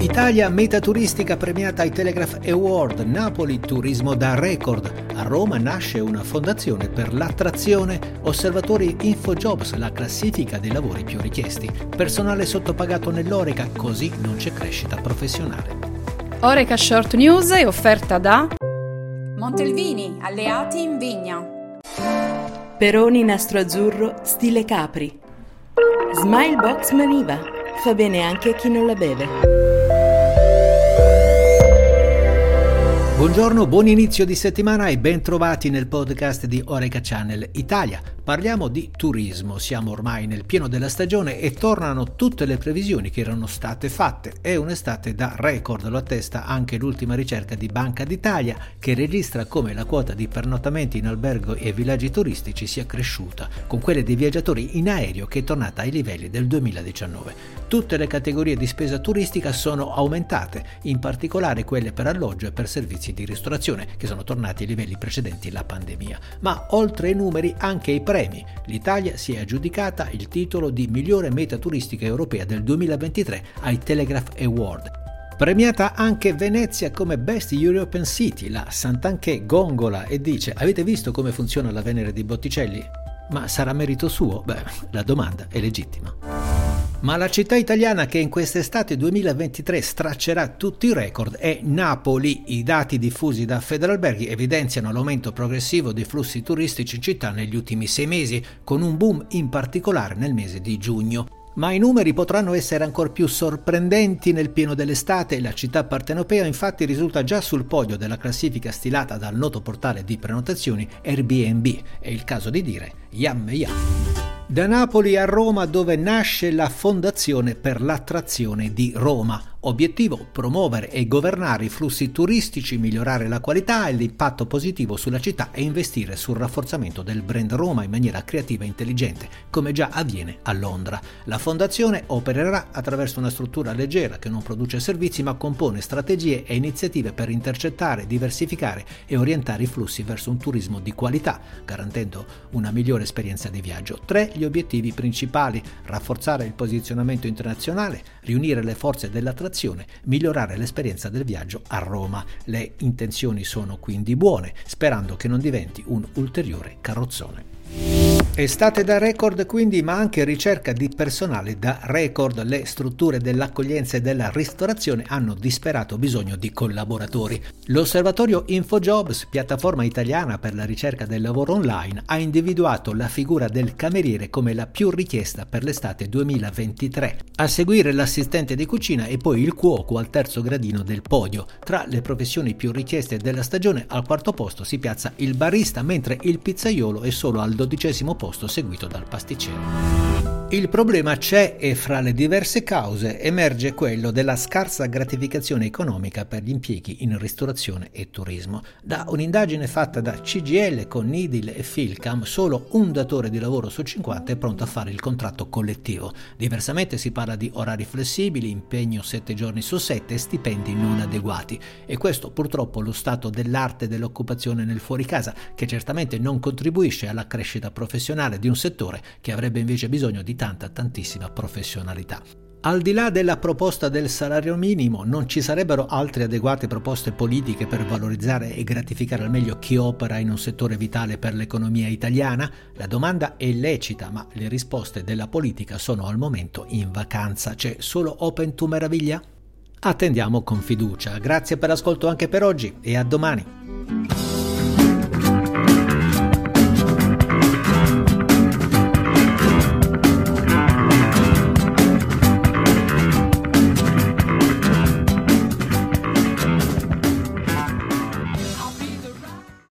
Italia meta turistica premiata ai Telegraph Award, Napoli turismo da record, a Roma nasce una fondazione per l'attrazione, osservatori InfoJobs, la classifica dei lavori più richiesti, personale sottopagato nell'Horeca, così non c'è crescita professionale. Horeca Short News è offerta da Montelvini, alleati in vigna. Peroni nastro azzurro stile Capri. Smile Box Maniva, fa bene anche a chi non la beve. Buongiorno, buon inizio di settimana e ben trovati nel podcast di Horeca Channel Italia. Parliamo di turismo, siamo ormai nel pieno della stagione e tornano tutte le previsioni che erano state fatte. È un'estate da record, lo attesta anche l'ultima ricerca di Banca d'Italia che registra come la quota di pernottamenti in albergo e villaggi turistici sia cresciuta, con quelle dei viaggiatori in aereo che è tornata ai livelli del 2019. Tutte le categorie di spesa turistica sono aumentate, in particolare quelle per alloggio e per servizi di ristorazione, che sono tornati ai livelli precedenti la pandemia. Ma oltre ai numeri anche i premi. L'Italia si è aggiudicata il titolo di migliore meta turistica europea del 2023 ai Telegraph Award. Premiata anche Venezia come Best European City, la Sant'Anché gongola e dice: avete visto come funziona la Venere di Botticelli? Ma sarà merito suo? Beh, la domanda è legittima. Ma la città italiana che in quest'estate 2023 straccerà tutti i record è Napoli. I dati diffusi da Federalberghi evidenziano l'aumento progressivo dei flussi turistici in città negli ultimi 6 mesi, con un boom in particolare nel mese di giugno. Ma i numeri potranno essere ancora più sorprendenti nel pieno dell'estate. La città partenopea infatti risulta già sul podio della classifica stilata dal noto portale di prenotazioni Airbnb. È il caso di dire Yam Yam. Da Napoli a Roma, dove nasce la Fondazione per l'attrazione di Roma. Obiettivo: promuovere e governare i flussi turistici, migliorare la qualità e l'impatto positivo sulla città e investire sul rafforzamento del brand Roma in maniera creativa e intelligente, come già avviene a Londra. La Fondazione opererà attraverso una struttura leggera che non produce servizi ma compone strategie e iniziative per intercettare, diversificare e orientare i flussi verso un turismo di qualità, garantendo una migliore esperienza di viaggio. 3 gli obiettivi principali: rafforzare il posizionamento internazionale, riunire le forze dell'attrazione, migliorare l'esperienza del viaggio a Roma. Le intenzioni sono quindi buone, sperando che non diventi un ulteriore carrozzone. Estate da record quindi, ma anche ricerca di personale da record. Le strutture dell'accoglienza e della ristorazione hanno disperato bisogno di collaboratori. L'osservatorio InfoJobs, piattaforma italiana per la ricerca del lavoro online, ha individuato la figura del cameriere come la più richiesta per l'estate 2023. A seguire l'assistente di cucina e poi il cuoco al terzo gradino del podio. Tra le professioni più richieste della stagione, al quarto posto si piazza il barista, mentre il pizzaiolo è solo al 12° posto, seguito dal pasticcere. Il problema c'è e fra le diverse cause emerge quello della scarsa gratificazione economica per gli impieghi in ristorazione e turismo. Da un'indagine fatta da CGIL con Nidil e Philcam, solo un datore di lavoro su 50 è pronto a fare il contratto collettivo. Diversamente si parla di orari flessibili, impegno 7 giorni su 7 e stipendi non adeguati. E questo purtroppo lo stato dell'arte dell'occupazione nel fuoricasa, che certamente non contribuisce alla crescita professionale di un settore che avrebbe invece bisogno di tantissima professionalità. Al di là della proposta del salario minimo, non ci sarebbero altre adeguate proposte politiche per valorizzare e gratificare al meglio chi opera in un settore vitale per l'economia italiana? La domanda è lecita, ma le risposte della politica sono al momento in vacanza. C'è solo Open to Meraviglia? Attendiamo con fiducia. Grazie per l'ascolto anche per oggi e a domani.